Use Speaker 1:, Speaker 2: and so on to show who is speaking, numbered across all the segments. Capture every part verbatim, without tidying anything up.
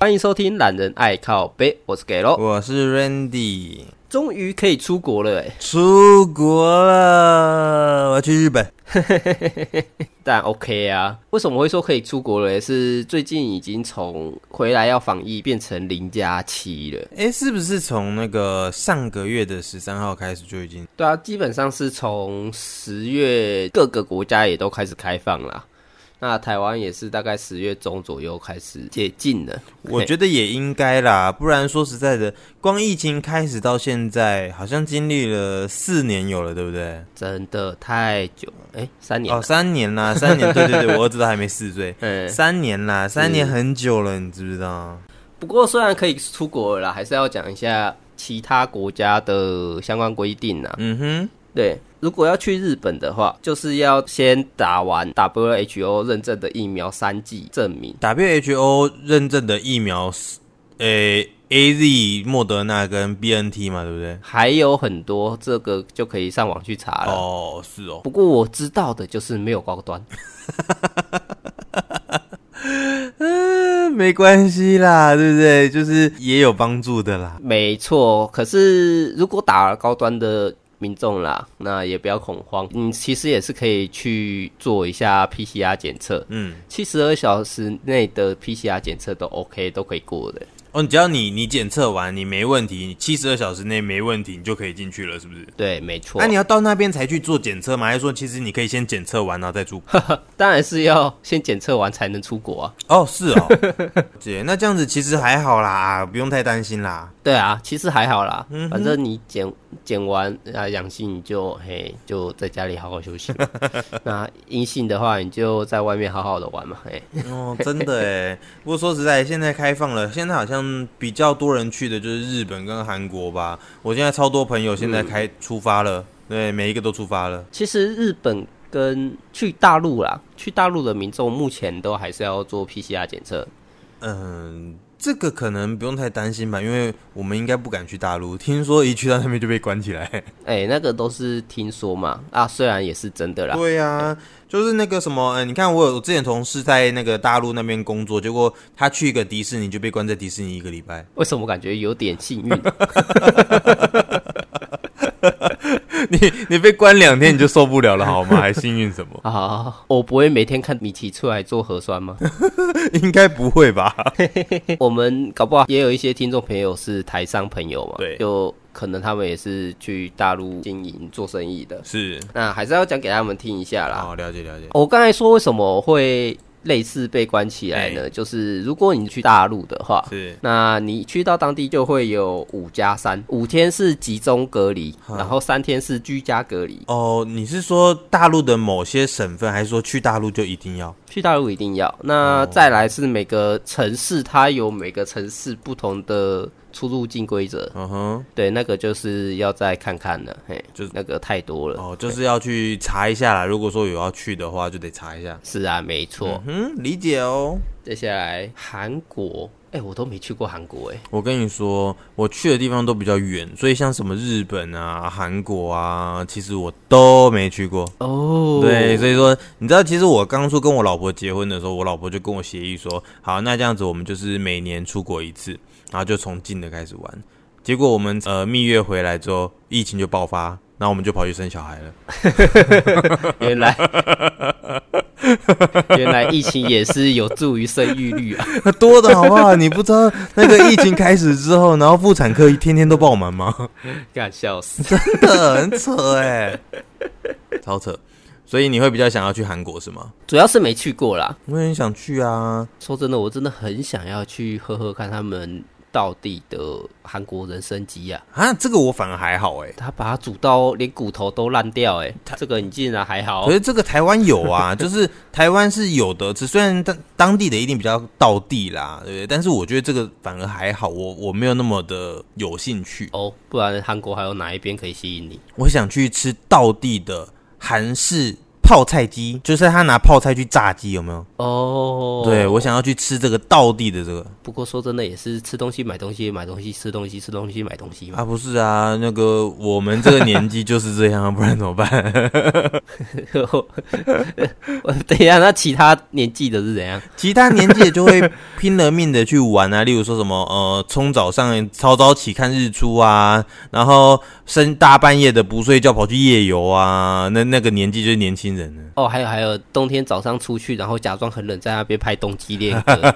Speaker 1: 欢迎收听懒人爱靠北，我是 Gelo，
Speaker 2: 我是 Randy。
Speaker 1: 终于可以出国了哎！
Speaker 2: 出国了，我要去日本。
Speaker 1: 但 OK 啊，为什么会说可以出国了？是最近已经从回来要防疫变成零加七了。
Speaker 2: 哎，是不是从那个上个月的十三号开始就已经？
Speaker 1: 对啊，基本上是从十月各个国家也都开始开放啦。那台湾也是大概十月中左右开始解禁了，
Speaker 2: 我觉得也应该啦，不然说实在的，光疫情开始到现在，好像经历了四年有了，对不对？
Speaker 1: 真的太久，哎，三年了
Speaker 2: 哦，三年啦，三年，对对对，我儿子都还没四岁，
Speaker 1: 嗯，
Speaker 2: 三年啦，三年很久了，你知不知道？
Speaker 1: 不过虽然可以出国了啦，还是要讲一下其他国家的相关规定啦。
Speaker 2: 嗯哼。
Speaker 1: 对，如果要去日本的话，就是要先打完 W H O 认证的疫苗三剂证明。
Speaker 2: W H O 认证的疫苗，诶 ，A Z、莫德纳跟 B N T 嘛，对不对？
Speaker 1: 还有很多，这个就可以上网去查了。
Speaker 2: 哦，是哦。
Speaker 1: 不过我知道的就是没有高端。
Speaker 2: 嗯，没关系啦，对不对？就是也有帮助的啦。
Speaker 1: 没错，可是如果打了高端的民众啦，那也不要恐慌。你其实也是可以去做一下 P C R 检测，嗯，七十二小时内的 P C R 检测都 OK， 都可以过的。
Speaker 2: 哦，只要你你检测完你没问题，你七十二小时内没问题，你就可以进去了，是不是？
Speaker 1: 对，没错。
Speaker 2: 那、啊、你要到那边才去做检测吗？还是说其实你可以先检测完然后再出国？
Speaker 1: 当然是要先检测完才能出国啊。
Speaker 2: 哦，是哦。姐，那这样子其实还好啦，不用太担心啦。
Speaker 1: 对啊，其实还好啦，嗯、反正你检检完啊阳性，你就嘿就在家里好好休息。那阴性的话，你就在外面好好的玩嘛。嘿，
Speaker 2: 哦，真的哎。不过说实在，现在开放了，现在好像比较多人去的就是日本跟韩国吧。我现在超多朋友现在开、嗯、出发了，对，每一个都出发了。
Speaker 1: 其实日本跟去大陆啦，去大陆的民众目前都还是要做 P C R 检测。
Speaker 2: 嗯。这个可能不用太担心吧，因为我们应该不敢去大陆，听说一去到那边就被关起来。
Speaker 1: 哎、欸，那个都是听说嘛，啊，虽然也是真的啦。
Speaker 2: 对啊，就是那个什么，呃、你看我有我之前同事在那个大陆那边工作，结果他去一个迪士尼就被关在迪士尼一个礼拜。
Speaker 1: 为什么感觉有点幸运？
Speaker 2: 你你被关两天你就受不了了好吗？还幸运什么
Speaker 1: 啊？我不会每天看米奇出来做核酸吗？
Speaker 2: 应该不会吧？
Speaker 1: 我们搞不好也有一些听众朋友是台商朋友嘛，
Speaker 2: 对，
Speaker 1: 就可能他们也是去大陆经营做生意的，
Speaker 2: 是，
Speaker 1: 那还是要讲给他们听一下啦。
Speaker 2: 哦，了解了解。
Speaker 1: 我刚才说为什么会类似被关起来呢、欸、就是如果你去大陆的话，
Speaker 2: 是，那
Speaker 1: 你去到当地就会有五加三，五天是集中隔离，然后三天是居家隔离。
Speaker 2: 哦，你是说大陆的某些省份，还是说去大陆就一定要？
Speaker 1: 去大陆一定要。那再来是每个城市，它有每个城市不同的出入境规则。嗯哼，对，那个就是要再看看了，嘿，就那个太多了。
Speaker 2: 哦，就是要去查一下啦。如果说有要去的话，就得查一下。
Speaker 1: 是啊，没错。
Speaker 2: 嗯，理解哦。
Speaker 1: 接下来韩国。哎、欸，我都没去过韩国哎、欸。
Speaker 2: 我跟你说，我去的地方都比较远，所以像什么日本啊、韩国啊，其实我都没去过。哦，对，所以说你知道，其实我刚初跟我老婆结婚的时候，我老婆就跟我协议说，好，那这样子我们就是每年出国一次，然后就从近的开始玩。结果我们呃蜜月回来之后，疫情就爆发，然后我们就跑去生小孩了。
Speaker 1: 原来。原来疫情也是有助于生育率啊，
Speaker 2: 多的好不好？你不知道那个疫情开始之后，然后妇产科天天都爆满吗？
Speaker 1: 干笑死，
Speaker 2: 真的很扯哎、欸，超扯。所以你会比较想要去韩国是吗？
Speaker 1: 主要是没去过啦，
Speaker 2: 我也很想去啊。
Speaker 1: 说真的，我真的很想要去喝喝看他们道地的韩国人参鸡啊！
Speaker 2: 啊，这个我反而还好哎、欸，
Speaker 1: 他把它煮到连骨头都烂掉哎、欸，这个你竟然还好？
Speaker 2: 可是这个台湾有啊，就是台湾是有的，只虽然当当地的一定比较道地啦，对不对？但是我觉得这个反而还好，我我没有那么的有兴趣
Speaker 1: 哦。不然韩国还有哪一边可以吸引你？
Speaker 2: 我想去吃道地的韩式泡菜鸡，就是他拿泡菜去炸鸡，有没有？
Speaker 1: 哦，
Speaker 2: 对，我想要去吃这个道地的这个。
Speaker 1: 不过说真的，也是吃东西买东西，买东西吃东西，吃东西买东西嘛。
Speaker 2: 啊，不是啊，那个我们这个年纪就是这样，不然怎么办？
Speaker 1: 等一下，那其他年纪的是怎样？
Speaker 2: 其他年纪的就会拼了命的去玩啊，例如说什么呃，冲早上超早起看日出啊，然后深大半夜的不睡觉跑去夜游啊，那那个年纪就是年轻人了。
Speaker 1: 哦，还有还有，冬天早上出去，然后假装很冷，在那边拍冬季恋歌。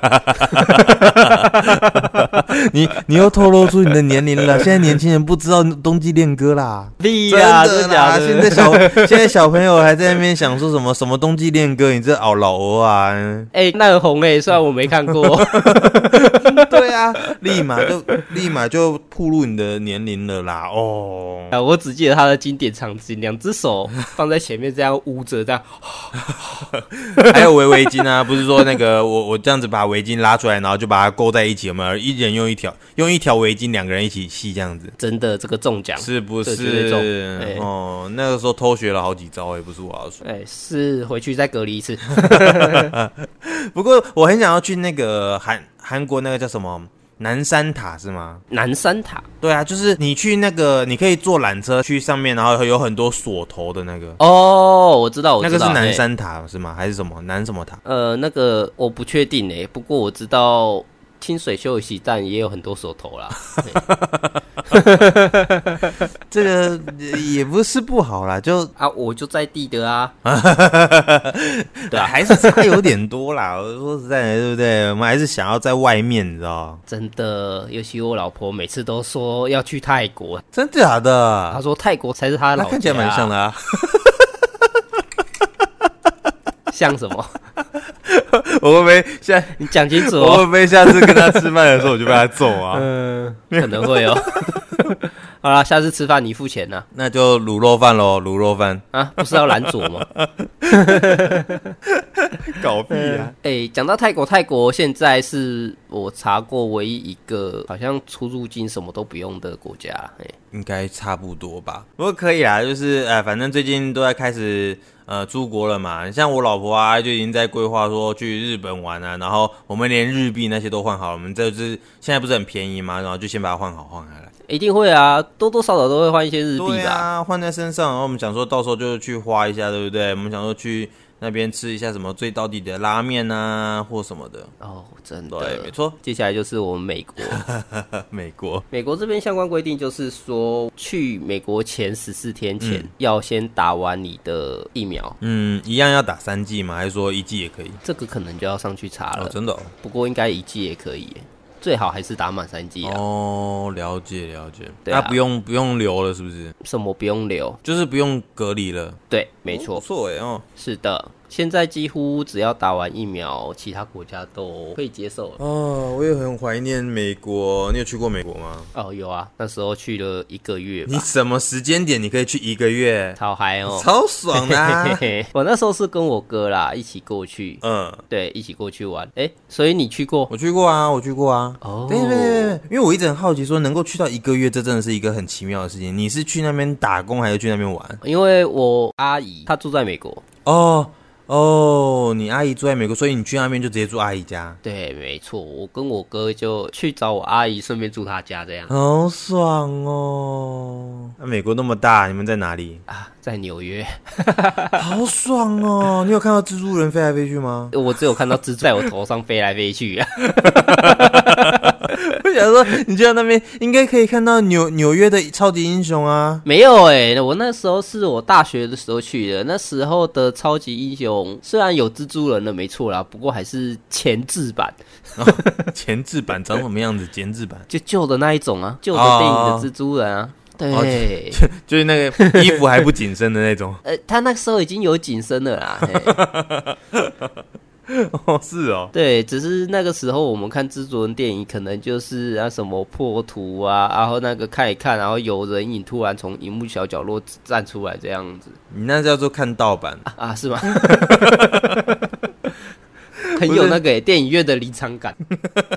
Speaker 2: 你你又透露出你的年龄了，现在年轻人不知道冬季恋歌啦，
Speaker 1: 屁啦，真的假的？
Speaker 2: 现在小现在小朋友还在那边想说什么什么冬季恋歌，你这熬老鹅啊！
Speaker 1: 哎、欸，那很红哎、欸，虽然我没看过。
Speaker 2: 对啊，立马就立马就暴露你的年龄了啦！哦，
Speaker 1: 啊，我只记得他的经典场景，两只手放在前面这样捂着，这样。
Speaker 2: 还有围围巾啊，不是说那个我我这样子把围巾拉出来，然后就把它勾在一起，有没有？一人用一条，用一条围巾，两个人一起系这样子。
Speaker 1: 真的，这个中奖
Speaker 2: 是不是？
Speaker 1: 欸、
Speaker 2: 哦，那个时候偷学了好几招，也不是我要说。
Speaker 1: 哎、欸，是回去再隔离一次。
Speaker 2: 不过我很想要去那个韩韩国那个叫什么？南山塔是吗？
Speaker 1: 南山塔，
Speaker 2: 对啊，就是你去那个，你可以坐缆车去上面，然后有很多锁头的那个。
Speaker 1: 哦，我知道，我知道，
Speaker 2: 那个是南山塔、欸、是吗？还是什么南什么塔？
Speaker 1: 呃，那个我不确定诶、欸，不过我知道清水休息站也有很多锁头啦。
Speaker 2: 这个也不是不好啦，就
Speaker 1: 啊，我就在地的啊。
Speaker 2: 对啊，还是差有点多啦。我说实在的，对不对？我们还是想要在外面，你知道？
Speaker 1: 真的，尤其我老婆每次都说要去泰国，
Speaker 2: 真的假的？
Speaker 1: 她说泰国才是她的老家，
Speaker 2: 那看起来蛮像的啊。
Speaker 1: 像什么？
Speaker 2: 我会不会下
Speaker 1: 你讲清楚哦？
Speaker 2: 我会不会下次跟他吃饭的时候我就被他揍啊？
Speaker 1: 嗯，可能会哦。好啦，下次吃饭你付钱啊。
Speaker 2: 那就卤肉饭咯，卤肉饭
Speaker 1: 啊，不是要蓝佐吗？
Speaker 2: 搞屁啊！
Speaker 1: 哎、欸，讲到泰国，泰国现在是我查过唯一一个好像出入境什么都不用的国家。哎、欸，
Speaker 2: 应该差不多吧？不过可以啦，就是呃，反正最近都在开始。呃，出国了嘛？像我老婆啊，就已经在规划说去日本玩啊，然后我们连日币那些都换好了，我们这就是现在不是很便宜嘛，然后就先把它换好换下来。
Speaker 1: 一定会啊，多多少少都会换一些日币吧。
Speaker 2: 对啊，换在身上，然后我们想说到时候就去花一下，对不对？我们想说去那边吃一下什么最道地的拉面啊，或什么的。
Speaker 1: 哦，真的，
Speaker 2: 对，没错。
Speaker 1: 接下来就是我们美国，
Speaker 2: 美国，
Speaker 1: 美国这边相关规定就是说，去美国前十四天前、嗯、要先打完你的疫苗。
Speaker 2: 嗯，一样要打三剂吗？还是说一剂也可以？
Speaker 1: 这个可能就要上去查了。
Speaker 2: 哦，真的、哦。
Speaker 1: 不过应该一剂也可以耶。最好还是打满三剂啊！
Speaker 2: 哦，了解了解。
Speaker 1: 对啊，
Speaker 2: 那不用不用留了，是不是？
Speaker 1: 什么不用留？
Speaker 2: 就是不用隔离了。
Speaker 1: 对，没错。
Speaker 2: 不错哎哦。
Speaker 1: 是的，现在几乎只要打完疫苗，其他国家都可以接受了。
Speaker 2: 哦，我也很怀念美国。你有去过美国吗？
Speaker 1: 哦，有啊，那时候去了一个月吧。
Speaker 2: 你什么时间点你可以去一个月？
Speaker 1: 超嗨哦，
Speaker 2: 超爽的、啊。
Speaker 1: 我那时候是跟我哥啦一起过去，
Speaker 2: 嗯，
Speaker 1: 对，一起过去玩。哎，所以你去过？
Speaker 2: 我去过啊，我去过啊。
Speaker 1: 哦，
Speaker 2: 对对对对，因为我一直很好奇，说能够去到一个月，这真的是一个很奇妙的事情。你是去那边打工，还是去那边玩？
Speaker 1: 因为我阿姨她住在美国。
Speaker 2: 哦。哦，你阿姨住在美国，所以你去那边就直接住阿姨家。
Speaker 1: 对，没错，我跟我哥就去找我阿姨，顺便住她家，这样。
Speaker 2: 好爽哦！那、啊、美国那么大，你们在哪里
Speaker 1: 啊？在纽约。
Speaker 2: 好爽哦！你有看到蜘蛛人飞来飞去吗？
Speaker 1: 我只有看到蜘蛛在我头上飞来飞去啊。
Speaker 2: 我想说，你去到那边应该可以看到纽纽约的超级英雄啊。
Speaker 1: 没有哎、欸，我那时候是我大学的时候去的，那时候的超级英雄虽然有蜘蛛人了，没错啦，不过还是前置版。
Speaker 2: 哦、前置版长什么样子？前置版
Speaker 1: 就旧的那一种啊，旧的电影的蜘蛛人啊。哦对、哦
Speaker 2: 就，就是那个衣服还不紧身的那种。
Speaker 1: 呃，他那时候已经有紧身了啦。
Speaker 2: 哦，是哦，
Speaker 1: 对，只是那个时候我们看蜘蛛人电影，可能就是啊什么破图啊，然后那个看一看，然后有人影突然从荧幕小角落站出来这样子。
Speaker 2: 你那叫做看盗版
Speaker 1: 啊, 啊？是吗？很有那个、欸、电影院的临场感。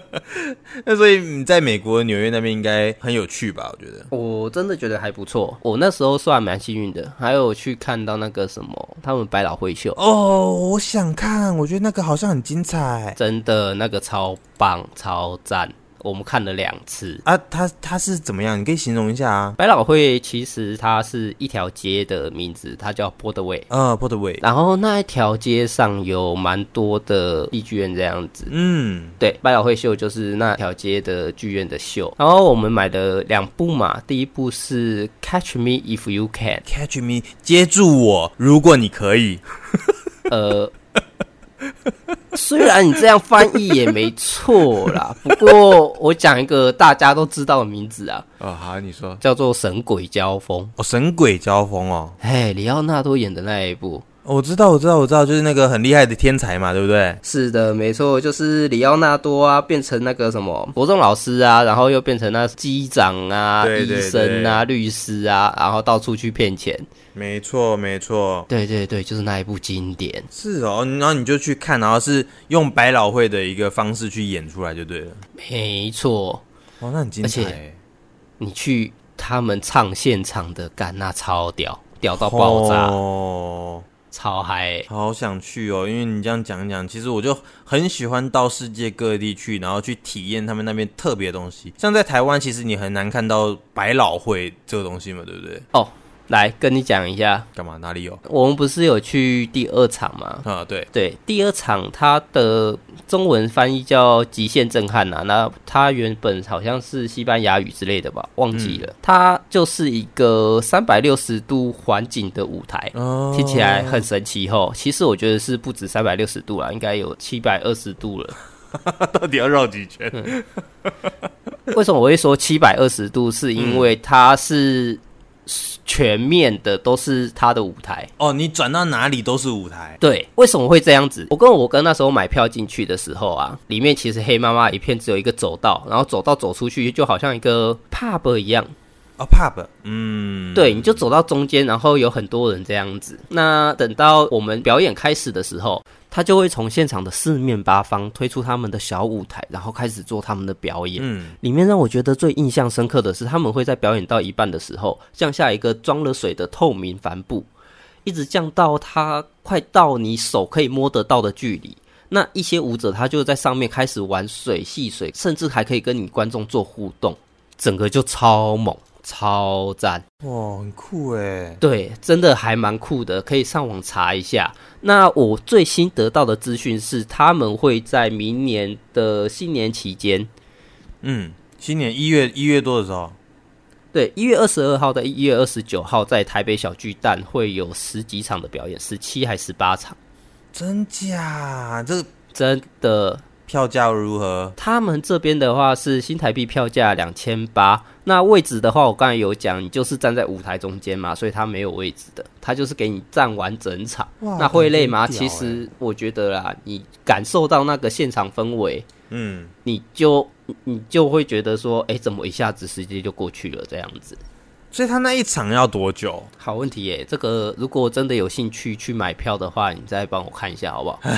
Speaker 2: 那所以你在美国纽约那边应该很有趣吧？我觉得，
Speaker 1: 我真的觉得还不错。我那时候算蛮幸运的，还有去看到那个什么他们百老汇秀。
Speaker 2: 哦，我想看，我觉得那个好像很精彩，
Speaker 1: 真的那个超棒超赞。我们看了两次
Speaker 2: 啊，它它是怎么样？你可以形容一下啊。
Speaker 1: 百老汇其实它是一条街的名字，它叫 Broadway。
Speaker 2: 呃 ，Broadway。
Speaker 1: 然后那一条街上有蛮多的戏剧院这样子。嗯，对，百老汇秀就是那条街的剧院的秀。然后我们买了两部嘛，第一部是 Catch Me If You Can。Catch
Speaker 2: Me， 接住我，如果你可以。
Speaker 1: 呃。虽然你这样翻译也没错啦，不过我讲一个大家都知道的名字啊。
Speaker 2: 哦，好，你说，
Speaker 1: 叫做《神鬼交锋》。
Speaker 2: 哦，神鬼交锋哦，
Speaker 1: 嘿，里奥纳多演的那一部。
Speaker 2: 我知道，我知道，我知道，就是那个很厉害的天才嘛，对不对？
Speaker 1: 是的，没错，就是里奥纳多啊，变成那个什么国中老师啊，然后又变成那机长啊、对对对医生啊、律师啊，然后到处去骗钱。
Speaker 2: 没错，没错，
Speaker 1: 对对对，就是那一部经典。
Speaker 2: 是哦，然后你就去看，然后是用百老汇的一个方式去演出来就对了。
Speaker 1: 没错，
Speaker 2: 哦，那很精彩。而且
Speaker 1: 你去他们唱现场的，干那超屌，屌到爆炸哦。超嗨，
Speaker 2: 好想去哦！因为你这样讲一讲，其实我就很喜欢到世界各地去，然后去体验他们那边特别的东西。像在台湾，其实你很难看到百老汇这个东西嘛，对不对？
Speaker 1: 哦，来跟你讲一下，
Speaker 2: 干嘛？哪里有？
Speaker 1: 我们不是有去第二场吗？
Speaker 2: 啊，对
Speaker 1: 对，第二场它的中文翻译叫极限震撼啊，那它原本好像是西班牙语之类的吧，忘记了。嗯、它就是一个三百六十度环景的舞台，哦、听起来很神奇吼。其实我觉得是不止三百六十度啦，应该有七百二十度了。
Speaker 2: 到底要绕几圈？
Speaker 1: 嗯、为什么我会说七百二十度？是因为它是。全面的都是他的舞台
Speaker 2: 哦，你转到哪里都是舞台。
Speaker 1: 对，为什么会这样子？我跟我哥那时候买票进去的时候啊，里面其实黑麻麻一片，只有一个走道，然后走道走出去就好像一个 pub 一样。
Speaker 2: 哦 ，pub， 嗯，
Speaker 1: 对，你就走到中间，然后有很多人这样子。那等到我们表演开始的时候，他就会从现场的四面八方推出他们的小舞台，然后开始做他们的表演。嗯，里面让我觉得最印象深刻的是，他们会在表演到一半的时候，降下一个装了水的透明帆布，一直降到它快到你手可以摸得到的距离。那一些舞者他就在上面开始玩水、戏水，甚至还可以跟你观众做互动，整个就超猛。超赞
Speaker 2: 哇，很酷耶！
Speaker 1: 对，真的还蛮酷的，可以上网查一下。那我最新得到的资讯是，他们会在明年的新年期间，
Speaker 2: 嗯，新年一月一月多的时候，
Speaker 1: 对，一月二十二号到一月二十九号，在台北小巨蛋会有十几场的表演，十七还十八场，
Speaker 2: 真假？这
Speaker 1: 真的。
Speaker 2: 票价如何？
Speaker 1: 他们这边的话是新台币票价两千八，那位置的话，我刚才有讲，你就是站在舞台中间嘛，所以它没有位置的，它就是给你站完整场。那会累吗？其实我觉得啦，你感受到那个现场氛围，嗯，你就你就会觉得说，哎、欸，怎么一下子时间就过去了这样子。
Speaker 2: 所以他那一场要多久？
Speaker 1: 好问题耶！这个如果真的有兴趣去买票的话，你再帮我看一下好不好？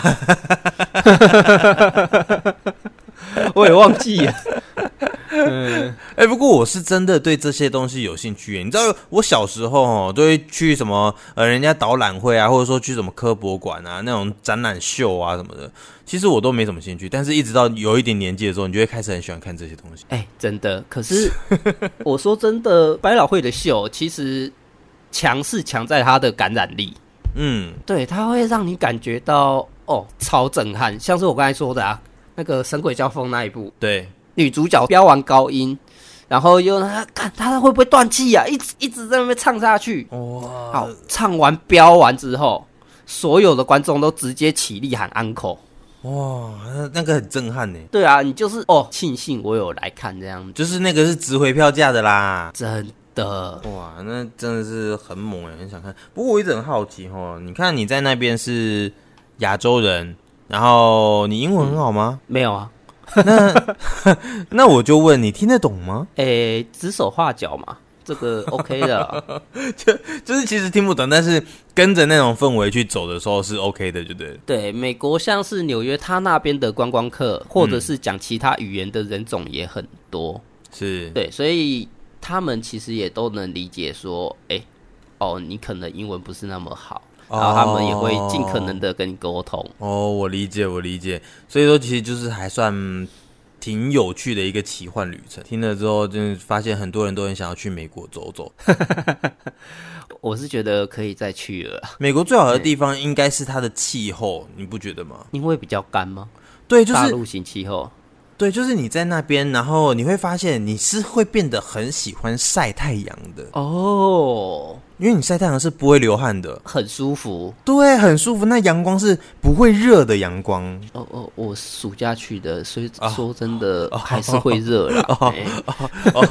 Speaker 1: 我也忘记了。
Speaker 2: 嗯，哎、欸，不过我是真的对这些东西有兴趣耶。你知道，我小时候哦，都会去什么呃，人家导览会啊，或者说去什么科博馆啊，那种展览秀啊什么的。其实我都没什么兴趣，但是一直到有一点年纪的时候，你就会开始很喜欢看这些东西。
Speaker 1: 哎、欸，真的。可是我说真的，百老汇的秀其实强是强在它的感染力。嗯，对，它会让你感觉到哦，超震撼。像是我刚才说的啊，那个《神鬼交锋》那一部，
Speaker 2: 对。
Speaker 1: 女主角飙完高音，然后又看她会不会断气啊？一直一直在那边唱下去。哇！好，唱完飙完之后，所有的观众都直接起立喊安可。
Speaker 2: 哇，那个很震撼呢。
Speaker 1: 对啊，你就是哦，庆幸我有来看这样子，
Speaker 2: 就是那个是值回票价的啦。
Speaker 1: 真的，
Speaker 2: 哇，那真的是很猛哎，很想看。不过我一直很好奇哦，你看你在那边是亚洲人，然后你英文很好吗？
Speaker 1: 嗯、没有啊。
Speaker 2: 那那我就问你听得懂吗？
Speaker 1: 诶、欸，指手画脚嘛， 这个 OK 的、啊，
Speaker 2: 就就是其实听不懂，但是跟着那种氛围去走的时候是 OK 的，就对了。
Speaker 1: 对，美国像是纽约，他那边的观光客或者是讲其他语言的人种也很多，
Speaker 2: 是
Speaker 1: 对，所以他们其实也都能理解说，哎、欸，哦，你可能英文不是那么好。然后他们也会尽可能的跟你沟通。
Speaker 2: 哦，我理解，我理解。所以说，其实就是还算挺有趣的一个奇幻旅程。听了之后，就发现很多人都很想要去美国走走。
Speaker 1: 我是觉得可以再去了。
Speaker 2: 美国最好的地方应该是它的气候，你不觉得吗？
Speaker 1: 因为比较干吗？
Speaker 2: 对，就是
Speaker 1: 大陆型气候。
Speaker 2: 对，就是你在那边，然后你会发现你是会变得很喜欢晒太阳的
Speaker 1: 哦，
Speaker 2: 因为你晒太阳是不会流汗的，
Speaker 1: 很舒服。
Speaker 2: 对，很舒服。那阳光是不会热的阳光。
Speaker 1: 哦哦，我暑假去的，所以说真的还是会热啦。哦哦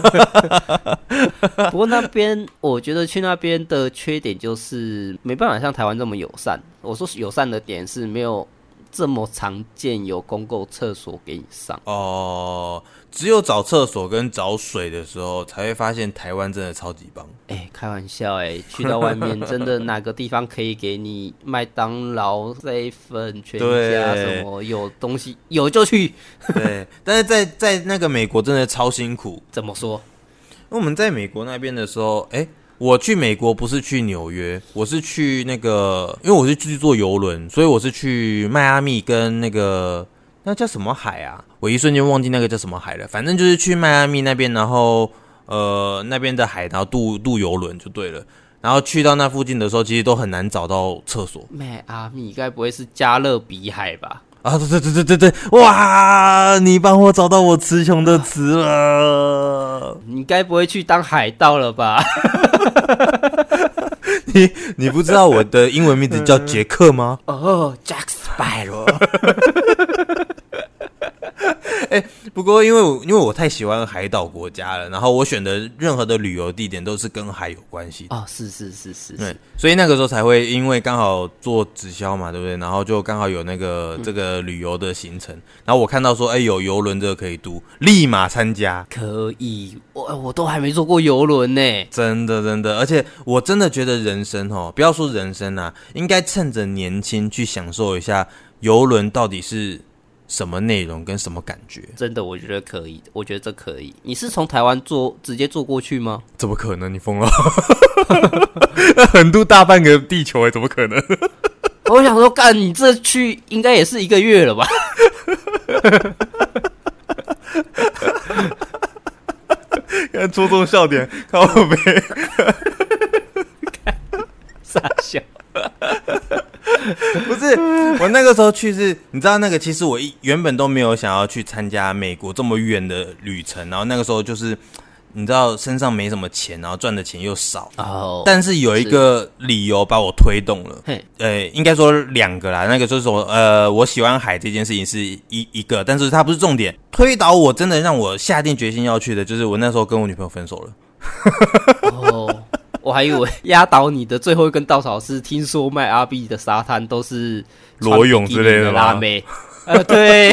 Speaker 1: 欸、不过那边我觉得去那边的缺点就是没办法像台湾这么友善。我说友善的点是没有这么常见有公共厕所给你上
Speaker 2: 哦，只有找厕所跟找水的时候才会发现台湾真的超级棒。
Speaker 1: 哎、欸，开玩笑哎、欸，去到外面真的哪个地方可以给你麦当劳、seven、全家什么有东西有就去。
Speaker 2: 对，但是在在那个美国真的超辛苦。
Speaker 1: 怎么说？
Speaker 2: 因为我们在美国那边的时候，哎、欸。我去美国不是去纽约，我是去那个，因为我是去坐邮轮，所以我是去迈阿密跟那个那叫什么海啊？我一瞬间忘记那个叫什么海了。反正就是去迈阿密那边，然后呃那边的海，然后渡渡邮轮就对了。然后去到那附近的时候，其实都很难找到厕所。
Speaker 1: 迈阿密该不会是加勒比海吧？
Speaker 2: 啊，对对对对对对，哇！你帮我找到我词穷的词了。
Speaker 1: 你该不会去当海盗了吧？
Speaker 2: 你你不知道我的英文名字叫杰克吗？
Speaker 1: 哦 ，Jack Sparrow。
Speaker 2: 哎、欸，不过因为因为我太喜欢海岛国家了，然后我选的任何的旅游地点都是跟海有关系的。
Speaker 1: 哦，是是是是，
Speaker 2: 对，所以那个时候才会因为刚好做直销嘛，对不对？然后就刚好有那个、嗯、这个旅游的行程，然后我看到说，哎、欸，有邮轮这个可以渡，立马参加。
Speaker 1: 可以，我我都还没坐过邮轮呢，
Speaker 2: 真的真的，而且我真的觉得人生哦，不要说人生啊，应该趁着年轻去享受一下邮轮到底是什么内容跟什么感觉。
Speaker 1: 真的我觉得可以，我觉得这可以。你是从台湾坐直接坐过去吗？
Speaker 2: 怎么可能？你疯了？横渡大半个地球耶，怎么可能？
Speaker 1: 我想说干，你这去应该也是一个月了吧？
Speaker 2: 看戳中笑点，靠北
Speaker 1: 傻笑。
Speaker 2: 不是，我那个时候去是，你知道那个，其实我一原本都没有想要去参加美国这么远的旅程，然后那个时候就是你知道身上没什么钱，然后赚的钱又少，哦，但是有一个理由把我推动了，呃，应该说两个啦，那个就是说，呃，我喜欢海这件事情是一一个，但是它不是重点，推倒我真的让我下定决心要去的，就是我那时候跟我女朋友分手了。
Speaker 1: 哦。我还以为压倒你的最后一根稻草是听说迈阿密的沙滩都是
Speaker 2: 裸泳之类的
Speaker 1: 辣妹，呃，对，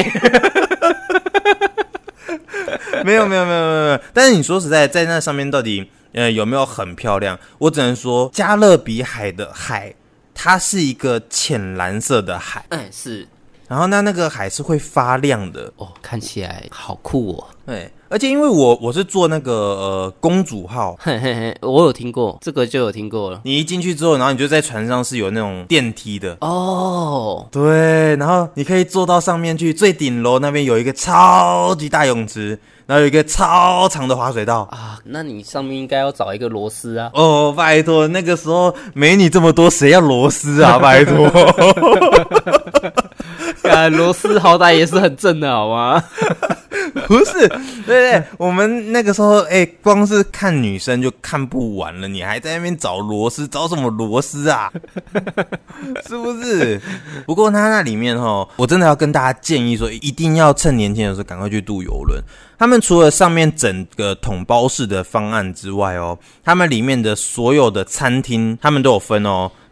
Speaker 2: 没有没有没有没有没有，但是你说实在，在那上面到底呃有没有很漂亮？我只能说，加勒比海的海，它是一个浅蓝色的海，
Speaker 1: 嗯，是。
Speaker 2: 然后那那个海是会发亮的
Speaker 1: 哦，看起来好酷哦。
Speaker 2: 对，而且因为我我是坐那个呃公主号，
Speaker 1: 嘿嘿嘿，我有听过这个就有听过了。
Speaker 2: 你一进去之后，然后你就在船上是有那种电梯的
Speaker 1: 哦，
Speaker 2: 对，然后你可以坐到上面去，最顶楼那边有一个超级大泳池。然后有一个超长的滑水道
Speaker 1: 啊，那你上面应该要找一个螺丝啊！
Speaker 2: 哦，拜托，那个时候没你这么多，谁要螺丝啊？拜托，
Speaker 1: 干螺丝好歹也是很正的好吗？
Speaker 2: 不是，对对，我们那个时候，哎、欸，光是看女生就看不完了，你还在那边找螺丝，找什么螺丝啊？是不是？不过他那里面齁，我真的要跟大家建议说，一定要趁年轻的时候赶快去渡邮轮。他们除了上面整个统包式的方案之外哦，他们里面的所有的餐厅，他们都有分哦。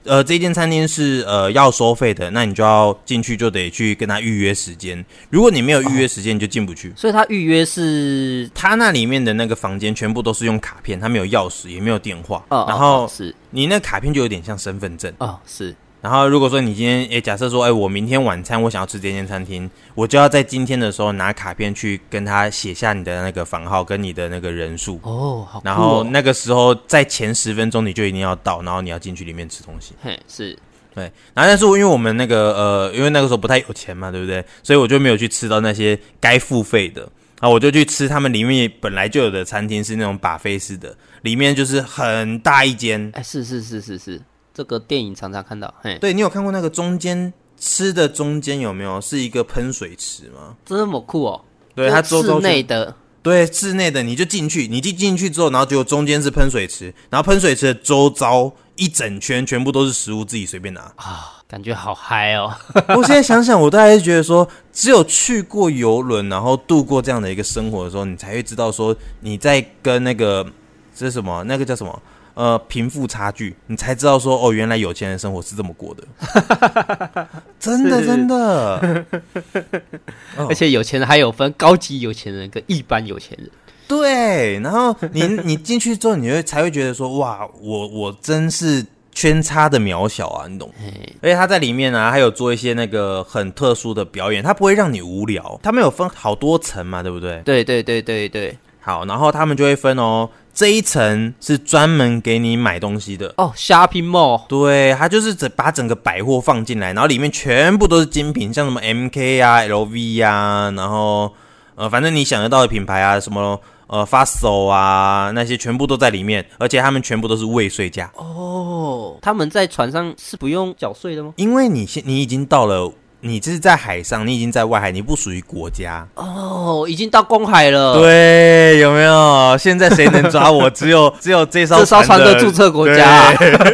Speaker 2: 呃这间餐厅是呃要收费的，那你就要进去就得去跟他预约时间。如果你没有预约时间，你就进不去。
Speaker 1: 所以他预约是
Speaker 2: 他那里面的那个房间全部都是用卡片，他没有钥匙，也没有电话。
Speaker 1: 哦、
Speaker 2: 然后
Speaker 1: 是
Speaker 2: 你那卡片就有点像身份证
Speaker 1: 哦，是。
Speaker 2: 然后如果说你今天诶，假设说诶，我明天晚餐我想要吃这间餐厅，我就要在今天的时候拿卡片去跟他写下你的那个房号跟你的那个人数
Speaker 1: 哦，好酷哦。
Speaker 2: 然后那个时候在前十分钟你就一定要到，然后你要进去里面吃东西。
Speaker 1: 嘿，是。
Speaker 2: 对，然后但是因为我们那个呃，因为那个时候不太有钱嘛，对不对？所以我就没有去吃到那些该付费的。然后我就去吃他们里面本来就有的餐厅，是那种buffet式的，里面就是很大一间。
Speaker 1: 哎，是是是是是。这个电影常常看到，嘿，
Speaker 2: 对，你有看过那个中间吃的中间有没有是一个喷水池吗？
Speaker 1: 这么酷哦！
Speaker 2: 对，它周遭
Speaker 1: 室内的，
Speaker 2: 对，室内的你就进去，你进进去之后，然后结果中间是喷水池，然后喷水池的周遭一整圈全部都是食物，自己随便拿
Speaker 1: 啊，感觉好嗨哦！
Speaker 2: 我现在想想，我大概是觉得说，只有去过邮轮，然后度过这样的一个生活的时候，你才会知道说你在跟那个这是什么，那个叫什么？呃，贫富差距，你才知道说哦，原来有钱人生活是这么过的，真的真的。
Speaker 1: 而且有钱人还有分高级有钱人跟一般有钱人。
Speaker 2: 对，然后你你进去之后，你会才会觉得说哇，我我真是圈差的渺小啊，你懂？而且他在里面啊，还有做一些那个很特殊的表演，他不会让你无聊。他们有分好多层嘛，对不对？
Speaker 1: 对对对对对。
Speaker 2: 好，然后他们就会分哦。这一层是专门给你买东西的
Speaker 1: 哦 ，shopping mall，
Speaker 2: 对，它就是把整个百货放进来，然后里面全部都是精品，像什么 M K 啊、L V 啊，然后呃，反正你想得到的品牌啊，什么呃 Fossil 啊，那些全部都在里面，而且他们全部都是未税价
Speaker 1: 哦。他们在船上是不用缴税的吗？
Speaker 2: 因为你现你已经到了。你这是在海上，你已经在外海，你不属于国家
Speaker 1: 哦，已经到公海了。
Speaker 2: 对，有没有？现在谁能抓我？只有只有这艘
Speaker 1: 这艘船的注册国家、啊。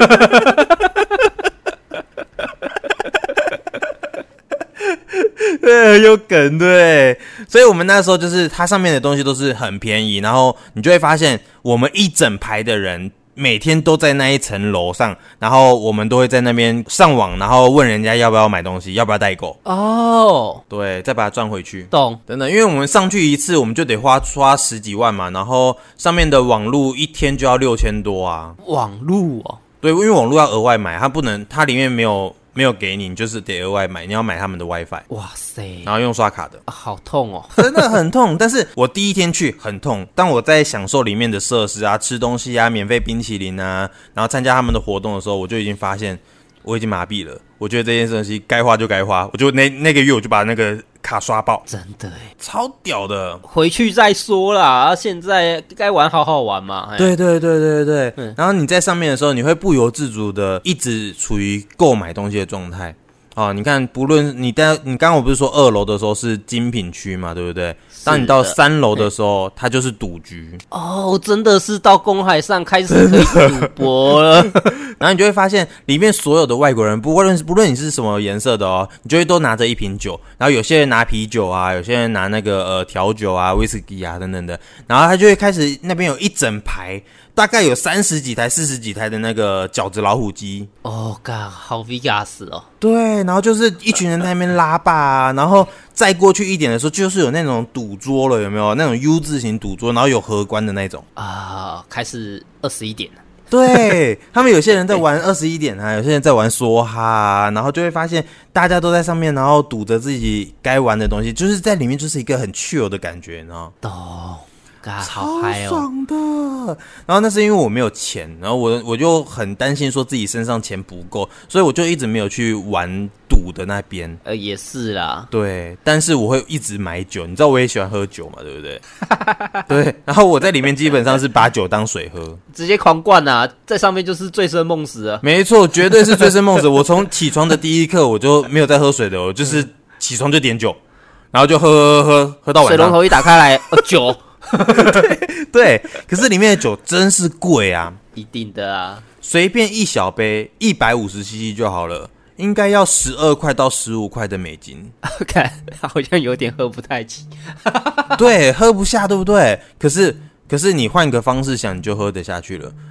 Speaker 2: 对，很有梗，对。所以我们那时候就是它上面的东西都是很便宜，然后你就会发现我们一整排的人。每天都在那一层楼上，然后我们都会在那边上网，然后问人家要不要买东西，要不要代购。
Speaker 1: 哦，
Speaker 2: 对，再把它赚回去。
Speaker 1: 懂，
Speaker 2: 真的，因为我们上去一次，我们就得花花十几万嘛，然后上面的网路一天就要六千多啊。
Speaker 1: 网路哦，
Speaker 2: 对，因为网路要额外买，它不能，它里面没有。没有给你，你就是得额外买，你要买他们的 WiFi。
Speaker 1: 哇塞！
Speaker 2: 然后用刷卡的，
Speaker 1: 啊、好痛哦，
Speaker 2: 真的很痛。但是我第一天去很痛，当我在享受里面的设施啊、吃东西啊、免费冰淇淋啊，然后参加他们的活动的时候，我就已经发现我已经麻痹了。我觉得这件东西该花就该花，我就那那个月我就把那个卡刷爆，
Speaker 1: 真的耶，
Speaker 2: 超屌的。
Speaker 1: 回去再说啦，现在该玩好好玩嘛。
Speaker 2: 对对对对对、嗯、然后你在上面的时候，你会不由自主的一直处于购买东西的状态。哦，你看，不论你在你刚刚我不是说二楼的时候是精品区嘛，对不对？当你到三楼的时候，它就是赌局。
Speaker 1: 哦，真的是到公海上开始可以赌博了。
Speaker 2: 然后你就会发现，里面所有的外国人，不论不论你是什么颜色的哦，你就会都拿着一瓶酒。然后有些人拿啤酒啊，有些人拿那个呃调酒啊、威士忌啊等等的。然后他就会开始那边有一整排。大概有三十几台、四十几台的那个饺子老虎机
Speaker 1: 哦，干，好 Vegas 哦。
Speaker 2: 对，然后就是一群人在那边拉霸啊，然后再过去一点的时候，就是有那种赌桌了，有没有？那种 U 字型赌桌，然后有荷官的那种
Speaker 1: 啊，开始二十一点了。
Speaker 2: 对，他们有些人在玩二十一点啊，有些人在玩梭哈啊，然后就会发现大家都在上面，然后赌着自己该玩的东西，就是在里面就是一个很chill的感觉，你知道？
Speaker 1: 懂。
Speaker 2: 超爽的，然后那是因为我没有钱，然后我我就很担心说自己身上钱不够，所以我就一直没有去玩赌的那边。
Speaker 1: 呃，也是啦，
Speaker 2: 对，但是我会一直买酒，你知道我也喜欢喝酒嘛，对不对？对，然后我在里面基本上是把酒当水喝，
Speaker 1: 直接狂灌啊，在上面就是醉生梦死啊。
Speaker 2: 没错，绝对是醉生梦死。我从起床的第一刻我就没有在喝水的，我就是起床就点酒，然后就喝喝喝喝到晚上，
Speaker 1: 水龙头一打开来，呃，酒。
Speaker 2: 对对，可是里面的酒真是贵啊，
Speaker 1: 一定的啊，
Speaker 2: 随便一小杯一百五十 C C 就好了，应该要十二块到十五块的美金。
Speaker 1: 看，好像有点喝不太起。
Speaker 2: 对，喝不下，对不对？可是可是你换个方式想，你就喝得下去了。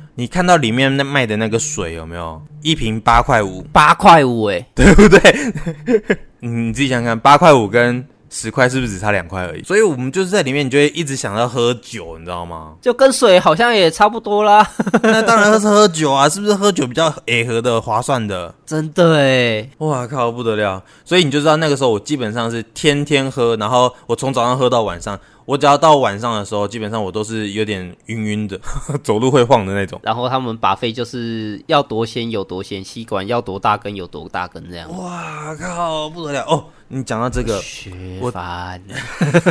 Speaker 2: 你看到里面卖的那个水有没有？一瓶八块五，
Speaker 1: 八块五哎，
Speaker 2: 对不对？你自己想想看，八块五跟十块是不是只差两块而已？所以我们就是在里面，你就会一直想要喝酒，你知道吗？
Speaker 1: 就跟水好像也差不多啦。
Speaker 2: 那当然是喝酒啊，是不是喝酒比较诶合的、划算的？
Speaker 1: 真的诶，
Speaker 2: 哇靠，不得了！所以你就知道那个时候我基本上是天天喝，然后我从早上喝到晚上。我只要到晚上的时候，基本上我都是有点晕晕的，走路会晃的那种。
Speaker 1: 然后他们buffet就是要多鲜有多鲜，吸管要多大根有多大根这样。
Speaker 2: 哇靠，不得了哦！你讲到这个，
Speaker 1: 学烦了。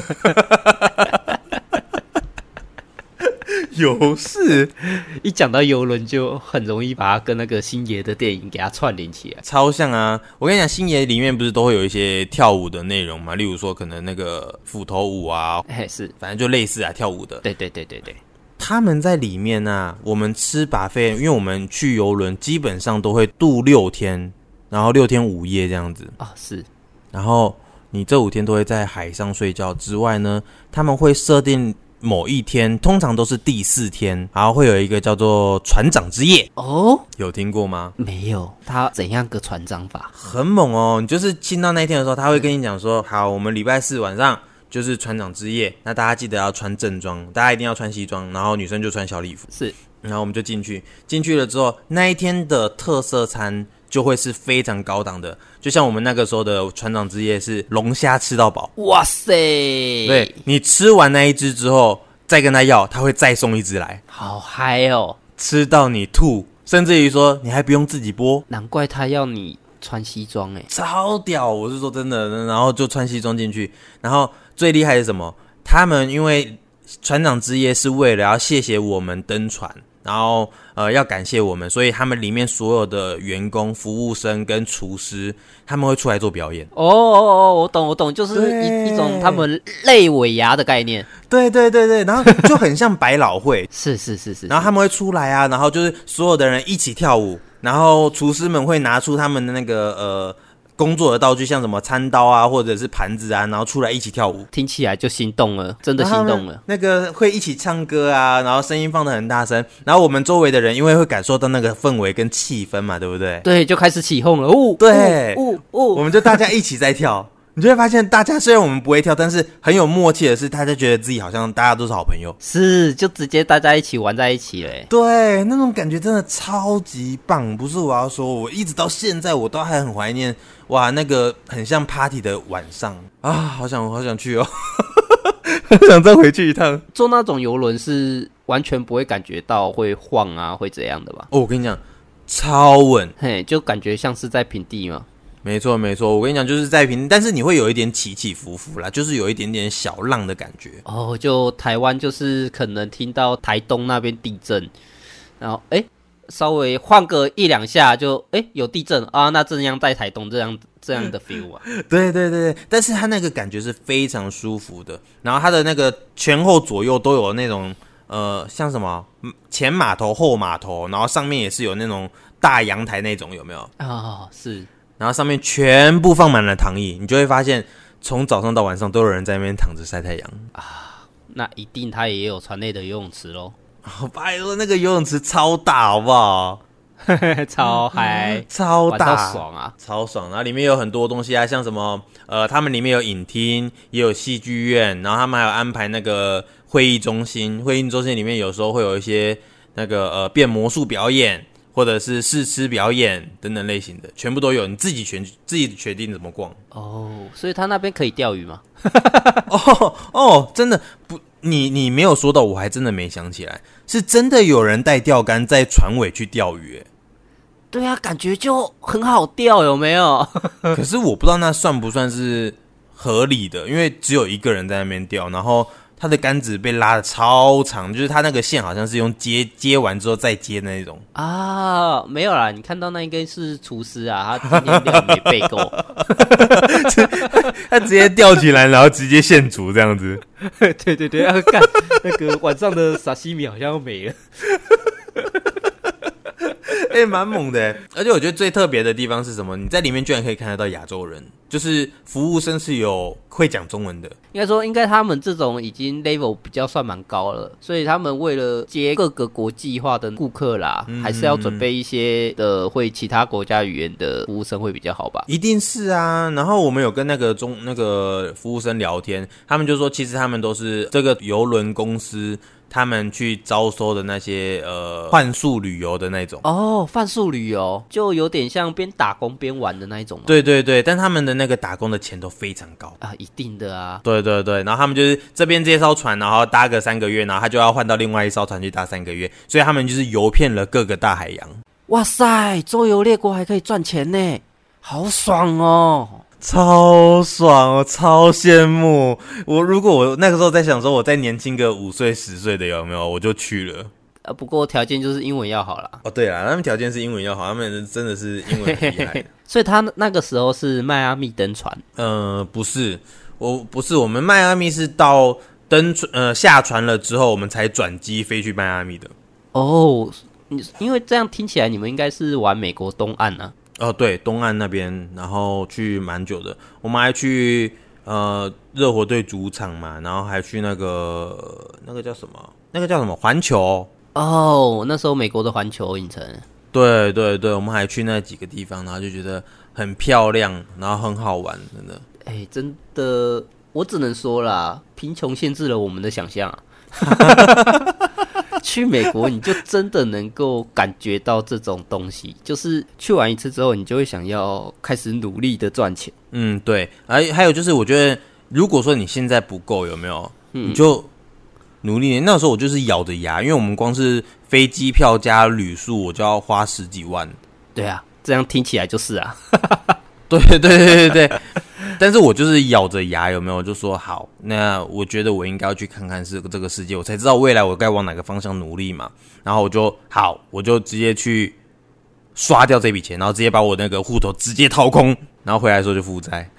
Speaker 2: 有事，
Speaker 1: 一讲到游轮就很容易把它跟那个星爷的电影给它串联起来，
Speaker 2: 超像啊！我跟你讲，星爷里面不是都会有一些跳舞的内容嘛？例如说可能那个斧头舞啊，
Speaker 1: 哎是，
Speaker 2: 反正就类似啊跳舞的。
Speaker 1: 对对对对对，
Speaker 2: 他们在里面啊，我们吃buffet，因为我们去游轮基本上都会度六天，然后六天五夜这样子
Speaker 1: 啊是，
Speaker 2: 然后你这五天都会在海上睡觉之外呢，他们会设定某一天，通常都是第四天，然后会有一个叫做船长之夜
Speaker 1: 哦，
Speaker 2: 有听过吗？
Speaker 1: 没有，他怎样个船长法？
Speaker 2: 很猛哦！你就是进到那一天的时候，他会跟你讲说，好，我们礼拜四晚上就是船长之夜，那大家记得要穿正装，大家一定要穿西装，然后女生就穿小礼服，
Speaker 1: 是，
Speaker 2: 然后我们就进去，进去了之后，那一天的特色餐就会是非常高档的，就像我们那个时候的船长之夜是龙虾吃到饱，
Speaker 1: 哇塞！
Speaker 2: 对，你吃完那一只之后，再跟他要，他会再送一只来，
Speaker 1: 好嗨哦！
Speaker 2: 吃到你吐，甚至于说你还不用自己剥，
Speaker 1: 难怪他要你穿西装哎，
Speaker 2: 超屌！我是说真的，然后就穿西装进去，然后最厉害是什么？他们因为船长之夜是为了要谢谢我们登船。然后呃要感谢我们，所以他们里面所有的员工、服务生跟厨师，他们会出来做表演。
Speaker 1: 哦哦哦，我懂我懂，就是一一种他们类尾牙的概念。
Speaker 2: 对对对对，然后就很像百老汇。
Speaker 1: 是是是是，
Speaker 2: 然后他们会出来啊，然后就是所有的人一起跳舞，然后厨师们会拿出他们的那个呃。工作的道具像什么餐刀啊，或者是盘子啊，然后出来一起跳舞，
Speaker 1: 听起来就心动了，真的心动了。
Speaker 2: 那个会一起唱歌啊，然后声音放得很大声，然后我们周围的人因为会感受到那个氛围跟气氛嘛，对不对？
Speaker 1: 对，就开始起哄了。哦，
Speaker 2: 对，
Speaker 1: 哦哦，
Speaker 2: 我们就大家一起在跳。你就会发现，大家虽然我们不会跳，但是很有默契的是，大家觉得自己好像大家都是好朋友，
Speaker 1: 是就直接大家一起玩在一起嘞。
Speaker 2: 对，那种感觉真的超级棒。不是我要说，我一直到现在我都还很怀念，哇，那个很像 party 的晚上啊，好想好想去哦，好想再回去一趟。
Speaker 1: 坐那种游轮是完全不会感觉到会晃啊，会怎样的吧？
Speaker 2: 哦，我跟你讲，超稳，
Speaker 1: 嘿，就感觉像是在平地嘛。
Speaker 2: 没错没错，我跟你讲就是在平，但是你会有一点起起伏伏啦，就是有一点点小浪的感觉。
Speaker 1: 哦，就台湾就是可能听到台东那边地震，然后哎稍微晃个一两下就哎有地震啊，那这样在台东这样这样的 feel 啊。
Speaker 2: 对对对，但是它那个感觉是非常舒服的，然后它的那个前后左右都有那种呃像什么前码头后码头，然后上面也是有那种大阳台那种，有没有？
Speaker 1: 啊、哦，是。
Speaker 2: 然后上面全部放满了躺椅，你就会发现从早上到晚上都有人在那边躺着晒太阳
Speaker 1: 啊。那一定他也有船内的游泳池咯。
Speaker 2: 哦，拜托，那个游泳池超大好不好？
Speaker 1: 超嗨，
Speaker 2: 超大，
Speaker 1: 玩到爽啊，
Speaker 2: 超爽。然后里面有很多东西啊，像什么呃，他们里面有影厅，也有戏剧院，然后他们还有安排那个会议中心，会议中心里面有时候会有一些那个呃变魔术表演。或者是试吃表演等等类型的，全部都有，你自己选自己决定怎么逛。
Speaker 1: 哦，所以他那边可以钓鱼吗？
Speaker 2: 哦哦，真的不，你你没有说到，我还真的没想起来，是真的有人带钓竿在船尾去钓鱼。
Speaker 1: 对啊，感觉就很好钓，有没有？
Speaker 2: 可是我不知道那算不算是合理的，因为只有一个人在那边钓，然后。他的杆子被拉得超长，就是他那个线好像是用接接完之后再接的那种
Speaker 1: 啊，没有啦，你看到那应该是厨师啊，他今天料没备够，
Speaker 2: 他直接吊起来，然后直接现煮这样子。
Speaker 1: 对对对，要干那个晚上的沙西米好像要没了。
Speaker 2: 哎、 哎，蛮猛的。而且我觉得最特别的地方是什么？你在里面居然可以看得到亚洲人，就是服务生是有会讲中文的。
Speaker 1: 应该说，应该他们这种已经 level 比较算蛮高了，所以他们为了接各个国际化的顾客啦，嗯、还是要准备一些的会其他国家语言的服务生会比较好吧？
Speaker 2: 一定是啊。然后我们有跟那个中那个服务生聊天，他们就说，其实他们都是这个邮轮公司。他们去招收的那些呃换宿旅游的那种
Speaker 1: 哦，换宿旅游就有点像边打工边玩的那一种吗？
Speaker 2: 对对对，但他们的那个打工的钱都非常高
Speaker 1: 啊，一定的啊。
Speaker 2: 对对对，然后他们就是这边这艘船，然后搭个三个月，然后他就要换到另外一艘船去搭三个月，所以他们就是游遍了各个大海洋。
Speaker 1: 哇塞，周游列国还可以赚钱呢，好爽哦！
Speaker 2: 超爽，我超羡慕。我如果我那个时候在想说，我再年轻个五岁十岁的有没有，我就去了。
Speaker 1: 呃，不过条件就是英文要好啦。
Speaker 2: 哦，对啦，他们条件是英文要好，他们真的是英文很厉害。
Speaker 1: 所以他那个时候是迈阿密登船？
Speaker 2: 呃，不是，我不是，我们迈阿密是到登呃下船了之后，我们才转机飞去迈阿密的。
Speaker 1: 哦，因为这样听起来你们应该是玩美国东岸啊。
Speaker 2: 哦，对，东岸那边，然后去蛮久的，我们还去呃热火队主场嘛，然后还去那个那个叫什么，那个叫什么环球
Speaker 1: 哦，那时候美国的环球影城，
Speaker 2: 对对对，我们还去那几个地方，然后就觉得很漂亮，然后很好玩，真的，
Speaker 1: 哎，真的，我只能说啦，贫穷限制了我们的想象啊。去美国你就真的能够感觉到这种东西，就是去完一次之后你就会想要开始努力的赚钱。
Speaker 2: 嗯，对，还还有就是我觉得如果说你现在不够有没有、嗯、你就努力，那时候我就是咬着牙，因为我们光是飞机票加旅宿我就要花十几万。
Speaker 1: 对啊，这样听起来就是啊。
Speaker 2: 对对对对对，但是我就是咬着牙有没有就说好，那我觉得我应该要去看看是这个世界，我才知道未来我该往哪个方向努力嘛。然后我就好，我就直接去刷掉这笔钱，然后直接把我那个户头直接掏空，然后回来的时候就负债。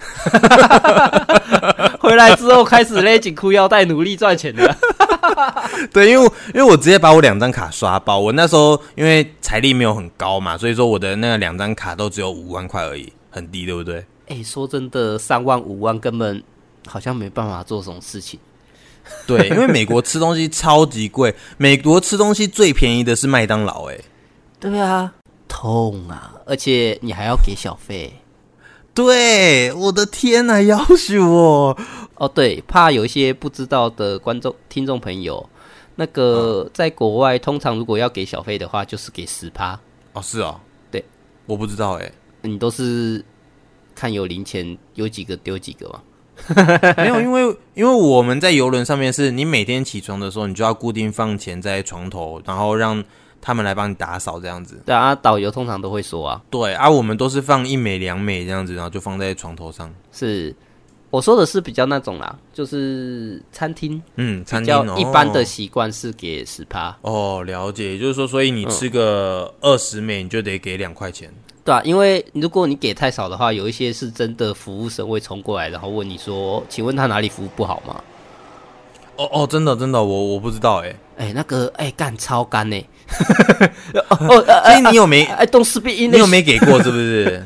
Speaker 1: 回来之后开始勒紧裤腰带努力赚钱了。
Speaker 2: 对，因为因为我直接把我两张卡刷爆，我那时候因为财力没有很高嘛，所以说我的那个两张卡都只有五万块而已。很低，对不对？
Speaker 1: 哎、欸，说真的，三万五万根本好像没办法做什么事情。
Speaker 2: 对，因为美国吃东西超级贵，美国吃东西最便宜的是麦当劳。哎，
Speaker 1: 对啊，痛啊！而且你还要给小费。
Speaker 2: 对，我的天哪，要求我
Speaker 1: 哦。对，怕有一些不知道的观众、听众朋友，那个、嗯、在国外通常如果要给小费的话，就是给十趴。
Speaker 2: 哦，是哦，
Speaker 1: 对，
Speaker 2: 我不知道哎。
Speaker 1: 你都是看有零钱有几个丢几个吗？
Speaker 2: 没有，因为因为我们在邮轮上面是你每天起床的时候你就要固定放钱在床头，然后让他们来帮你打扫这样子。
Speaker 1: 对啊，导游通常都会说啊。
Speaker 2: 对啊，我们都是放一美两美这样子，然后就放在床头上。
Speaker 1: 是，我说的是比较那种啦，就是餐厅，
Speaker 2: 嗯，餐厅、哦、
Speaker 1: 比较一般的习惯是给十趴。
Speaker 2: 哦，了解，也就是说，所以你吃个二十美，你就得给两块钱。
Speaker 1: 对啊，因为如果你给太少的话，有一些是真的服务生会冲过来，然后问你说：“请问他哪里服务不好吗？”
Speaker 2: 哦哦，真的真的，我我不知道哎、欸。
Speaker 1: 哎、欸，那个哎干超干呢、欸。
Speaker 2: 哦，所以你有没
Speaker 1: 哎，don't speak English，
Speaker 2: 你有没给过是不是？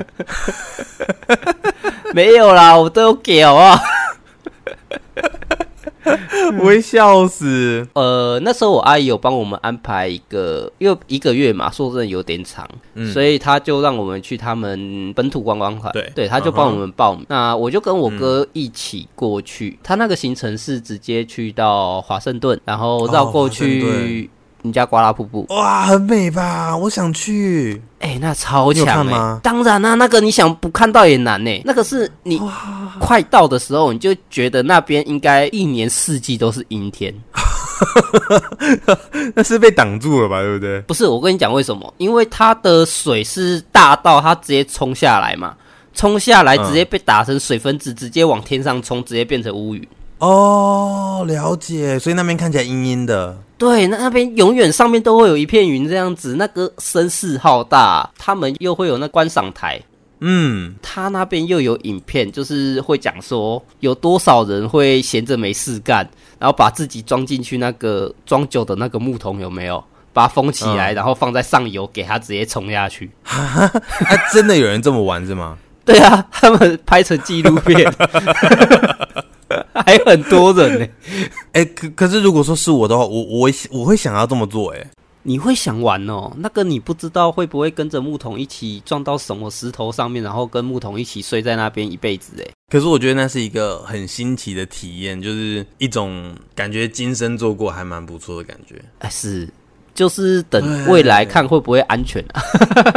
Speaker 1: 没有啦，我都有给好不好？
Speaker 2: 我会笑死。
Speaker 1: 呃，那时候我阿姨有帮我们安排一个，因为一个月嘛，说真的有点长，嗯、所以他就让我们去他们本土观光团。对，对，他就帮我们报名。Uh-huh. 那我就跟我哥一起过去。嗯、他那个行程是直接去到华盛顿，然后绕过去尼加瓜拉瀑布。
Speaker 2: 哇，很美吧？我想去。
Speaker 1: 哎、欸，那超强哎、欸！当然啦、啊，那个你想不看到也难哎、欸。那个是你快到的时候，你就觉得那边应该一年四季都是阴天。
Speaker 2: 那是被挡住了吧？对不对？
Speaker 1: 不是，我跟你讲为什么？因为它的水是大到它直接冲下来嘛，冲下来直接被打成水分子，嗯、直接往天上冲，直接变成乌云。
Speaker 2: 哦，了解，所以那边看起来阴阴的。
Speaker 1: 对，那那边永远上面都会有一片云这样子，那个声势浩大，他们又会有那观赏台，嗯，他那边又有影片，就是会讲说有多少人会闲着没事干，然后把自己装进去那个装酒的那个木桶有没有？ 把它封起来，嗯、然后放在上游，给它直接冲下去。
Speaker 2: 啊，真的有人这么玩是吗？
Speaker 1: 对啊，他们拍成纪录片，还很多人呢、欸。
Speaker 2: 哎、欸，可可是如果说是我的话，我我我会想要这么做、欸，哎。
Speaker 1: 你会想玩哦？那个你不知道会不会跟着木桶一起撞到什么石头上面，然后跟木桶一起睡在那边一辈子哎。
Speaker 2: 可是我觉得那是一个很新奇的体验，就是一种感觉今生做过还蛮不错的感觉。
Speaker 1: 哎，是，就是等未来看会不会安全啊。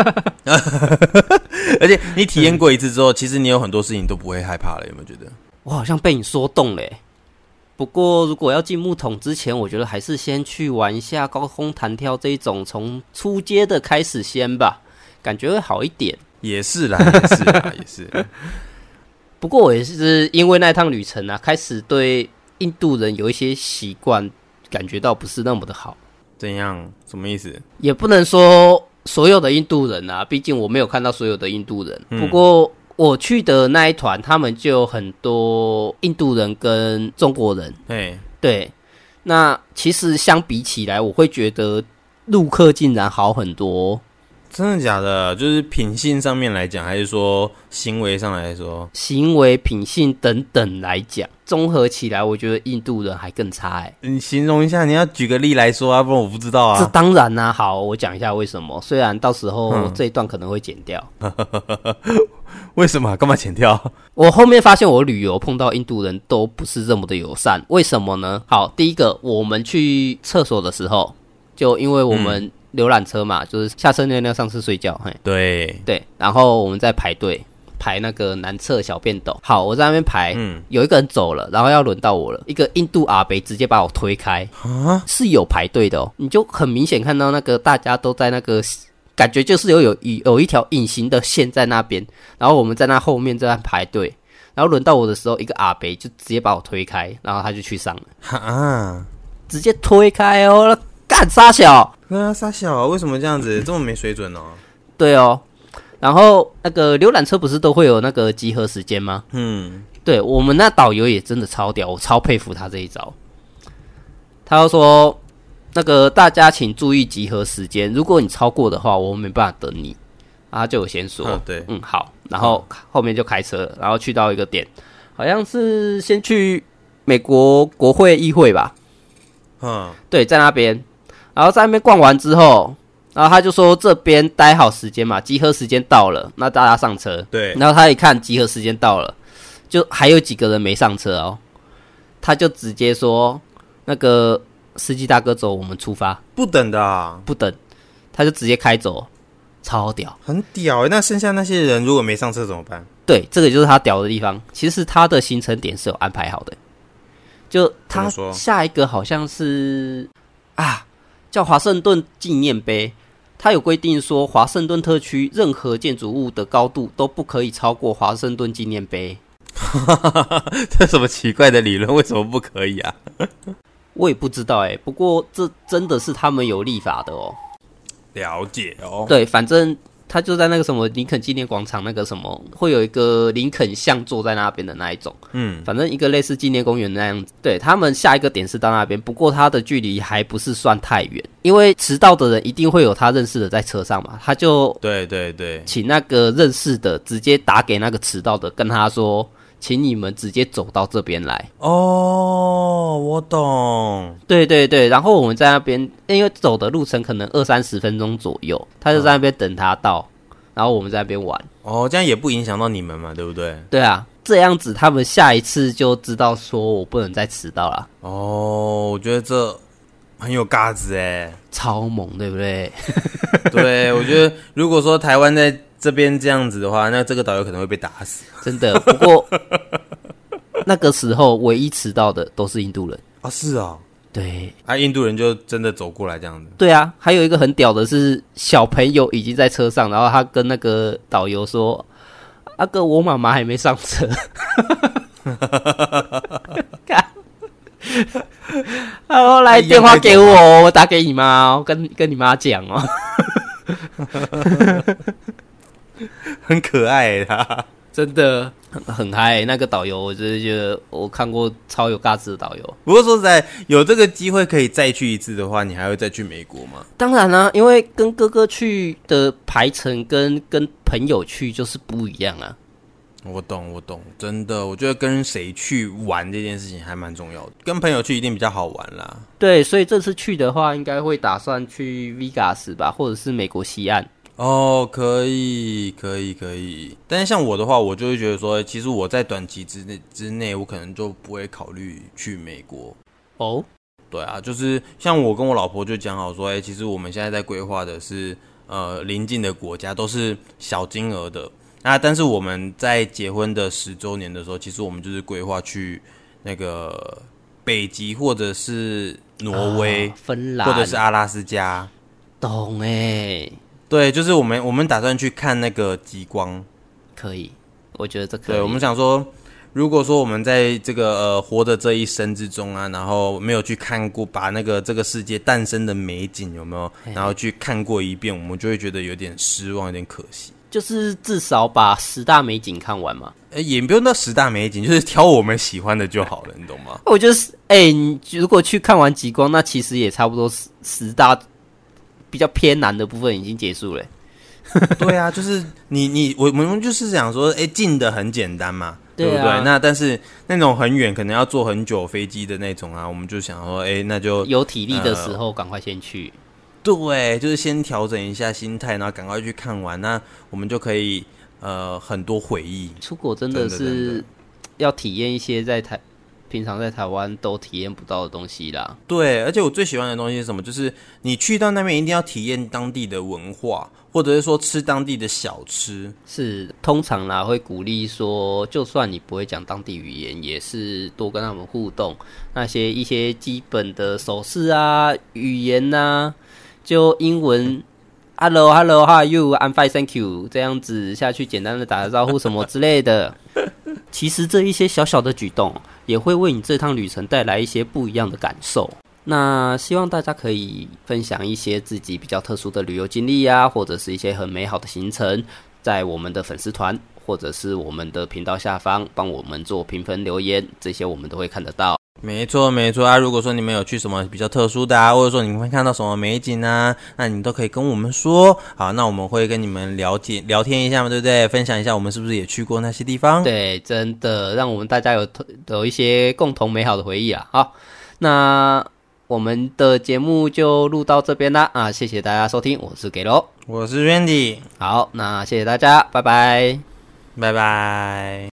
Speaker 2: 而且你体验过一次之后，其实你有很多事情都不会害怕了，有没有觉得？
Speaker 1: 我好像被你说动了耶。不过，如果要进木桶之前，我觉得还是先去玩一下高空弹跳这一种从初阶的开始先吧，感觉会好一点。
Speaker 2: 也是啦，也是啦，也是。
Speaker 1: 不过我也是因为那趟旅程啊，开始对印度人有一些习惯，感觉到不是那么的好。
Speaker 2: 怎样？什么意思？
Speaker 1: 也不能说所有的印度人啊，毕竟我没有看到所有的印度人。嗯、不过。我去的那一团，他们就有很多印度人跟中国人。
Speaker 2: 对
Speaker 1: 对，那其实相比起来，我会觉得陆客竟然好很多。
Speaker 2: 真的假的？就是品性上面来讲，还是说行为上来说？
Speaker 1: 行为、品性等等来讲，综合起来，我觉得印度人还更差哎、
Speaker 2: 欸。你形容一下，你要举个例来说啊，不然我不知道啊。
Speaker 1: 这当然啦、啊，好，我讲一下为什么。虽然到时候这一段可能会剪掉。
Speaker 2: 为什么？干嘛剪掉？
Speaker 1: 我后面发现我旅游碰到印度人都不是这么的友善，为什么呢？好，第一个，我们去厕所的时候，就因为我们浏览车嘛，嗯、就是下车尿尿，上车睡觉，嘿，
Speaker 2: 对
Speaker 1: 对，然后我们在排队排那个男厕小便斗。好，我在那边排，嗯，有一个人走了，然后要轮到我了，一个印度阿伯直接把我推开，啊，是有排队的哦，你就很明显看到那个大家都在那个。感觉就是有有有一条隐形的线在那边，然后我们在那后面在那排队，然后轮到我的时候，一个阿伯就直接把我推开，然后他就去上了，啊，直接推开哦，干傻小，
Speaker 2: 啊傻小，为什么这样子这么没水准哦？
Speaker 1: 对哦，然后那个浏览车不是都会有那个集合时间吗？嗯，对我们那导游也真的超屌，我超佩服他这一招，他就说。那个大家请注意集合时间，如果你超过的话，我没办法等你。然后就有先说，
Speaker 2: 嗯，对，
Speaker 1: 嗯，好，然后后面就开车了，然后去到一个点，好像是先去美国国会议会吧，嗯，对，在那边，然后在那边逛完之后，然后他就说这边待好时间嘛，集合时间到了，那大家上车，
Speaker 2: 对，
Speaker 1: 然后他一看集合时间到了，就还有几个人没上车哦，他就直接说那个。司机大哥走，我们出发。
Speaker 2: 不等的啊，
Speaker 1: 不等，他就直接开走，超屌，
Speaker 2: 很屌欸。那剩下那些人如果没上车怎么办？
Speaker 1: 对，这个就是他屌的地方。其实他的行程点是有安排好的，就他下一个好像是啊，叫华盛顿纪念碑。他有规定说，华盛顿特区任何建筑物的高度都不可以超过华盛顿纪念碑。
Speaker 2: 这什么奇怪的理论？为什么不可以啊？
Speaker 1: 我也不知道哎、欸，不过这真的是他们有立法的哦。
Speaker 2: 了解哦。
Speaker 1: 对，反正他就在那个什么林肯纪念广场那个什么，会有一个林肯像坐在那边的那一种。嗯，反正一个类似纪念公园那样子。对，他们下一个点是到那边，不过他的距离还不是算太远，因为迟到的人一定会有他认识的在车上嘛，他就
Speaker 2: 对对对，
Speaker 1: 请那个认识的直接打给那个迟到的，跟他说。请你们直接走到这边来
Speaker 2: 哦，我懂。
Speaker 1: 对对对，然后我们在那边，因为走的路程可能二三十分钟左右，他就在那边等他到，嗯、然后我们在那边玩。
Speaker 2: 哦，这样也不影响到你们嘛，对不对？
Speaker 1: 对啊，这样子他们下一次就知道说我不能再迟到了。
Speaker 2: 哦，我觉得这很有嘎子哎，
Speaker 1: 超猛，对不对？
Speaker 2: 对，我觉得如果说台湾在。这边这样子的话，那这个导游可能会被打死。
Speaker 1: 真的，不过那个时候唯一迟到的都是印度人
Speaker 2: 啊，是啊，
Speaker 1: 对
Speaker 2: 啊，印度人就真的走过来这样子。
Speaker 1: 对啊，还有一个很屌的是，小朋友已经在车上，然后他跟那个导游说：“阿哥，我妈妈还没上车。”然后来电话给我，我打给你妈，我跟跟你妈讲哦。
Speaker 2: 很可爱他，
Speaker 1: 真的很很嗨、欸。那个导游，我真的觉得我看过超有尬值的导游。
Speaker 2: 不过说实在，有这个机会可以再去一次的话，你还会再去美国吗？
Speaker 1: 当然啦、啊，因为跟哥哥去的排程跟跟朋友去就是不一样啊。
Speaker 2: 我懂，我懂，真的，我觉得跟谁去玩这件事情还蛮重要的。跟朋友去一定比较好玩啦。
Speaker 1: 对，所以这次去的话，应该会打算去 Vegas 吧，或者是美国西岸。
Speaker 2: 哦，可以，可以，可以。但是像我的话，我就会觉得说，其实我在短期之内之内，我可能就不会考虑去美国。
Speaker 1: 哦，
Speaker 2: 对啊，就是像我跟我老婆就讲好说，哎、欸，其实我们现在在规划的是呃邻近的国家，都是小金额的。那但是我们在结婚的十周年的时候，其实我们就是规划去那个北极或者是挪威、
Speaker 1: 哦、芬兰
Speaker 2: 或者是阿拉斯加。
Speaker 1: 懂哎，
Speaker 2: 对，就是我们我们打算去看那个极光。
Speaker 1: 可以，我觉得这可以。
Speaker 2: 对，我们想说，如果说我们在这个呃活的这一生之中啊，然后没有去看过，把那个这个世界诞生的美景有没有，然后去看过一遍，我们就会觉得有点失望，有点可惜。
Speaker 1: 就是至少把十大美景看完嘛。
Speaker 2: 欸、也不用到十大美景，就是挑我们喜欢的就好了，你懂吗？
Speaker 1: 我就是哎、欸，你如果去看完极光，那其实也差不多十十大比较偏难的部分已经结束了、欸。
Speaker 2: 对啊，就是你你我我们就是想说，哎、欸，近的很简单嘛，对, 对不对？那但是那种很远，可能要坐很久飞机的那种啊，我们就想说，哎、欸，那就
Speaker 1: 有体力的时候赶快先去。
Speaker 2: 呃对，就是先调整一下心态，然后赶快去看完，那我们就可以呃很多回忆。
Speaker 1: 出国真的是要体验一些在台平常在台湾都体验不到的东西啦。
Speaker 2: 对，而且我最喜欢的东西是什么？就是你去到那边一定要体验当地的文化，或者是说吃当地的小吃。
Speaker 1: 是，通常啦会鼓励说，就算你不会讲当地语言，也是多跟他们互动，那些一些基本的手势啊、语言啊。就英文 Hello Hello How are you I'm fine thank you 这样子下去简单的打个招呼什么之类的。其实这一些小小的举动也会为你这趟旅程带来一些不一样的感受。那希望大家可以分享一些自己比较特殊的旅游经历啊，或者是一些很美好的行程，在我们的粉丝团或者是我们的频道下方帮我们做评分留言，这些我们都会看得到。
Speaker 2: 没错没错啊，如果说你们有去什么比较特殊的啊，或者说你们会看到什么美景啊，那你都可以跟我们说。好，那我们会跟你们了解聊天一下嘛，对不对？分享一下我们是不是也去过那些地方。
Speaker 1: 对，真的让我们大家有有一些共同美好的回忆啊。好，那我们的节目就录到这边啦啊，谢谢大家收听，我是给咯，
Speaker 2: 我是 Randy。
Speaker 1: 好，那谢谢大家，拜拜，
Speaker 2: 拜拜。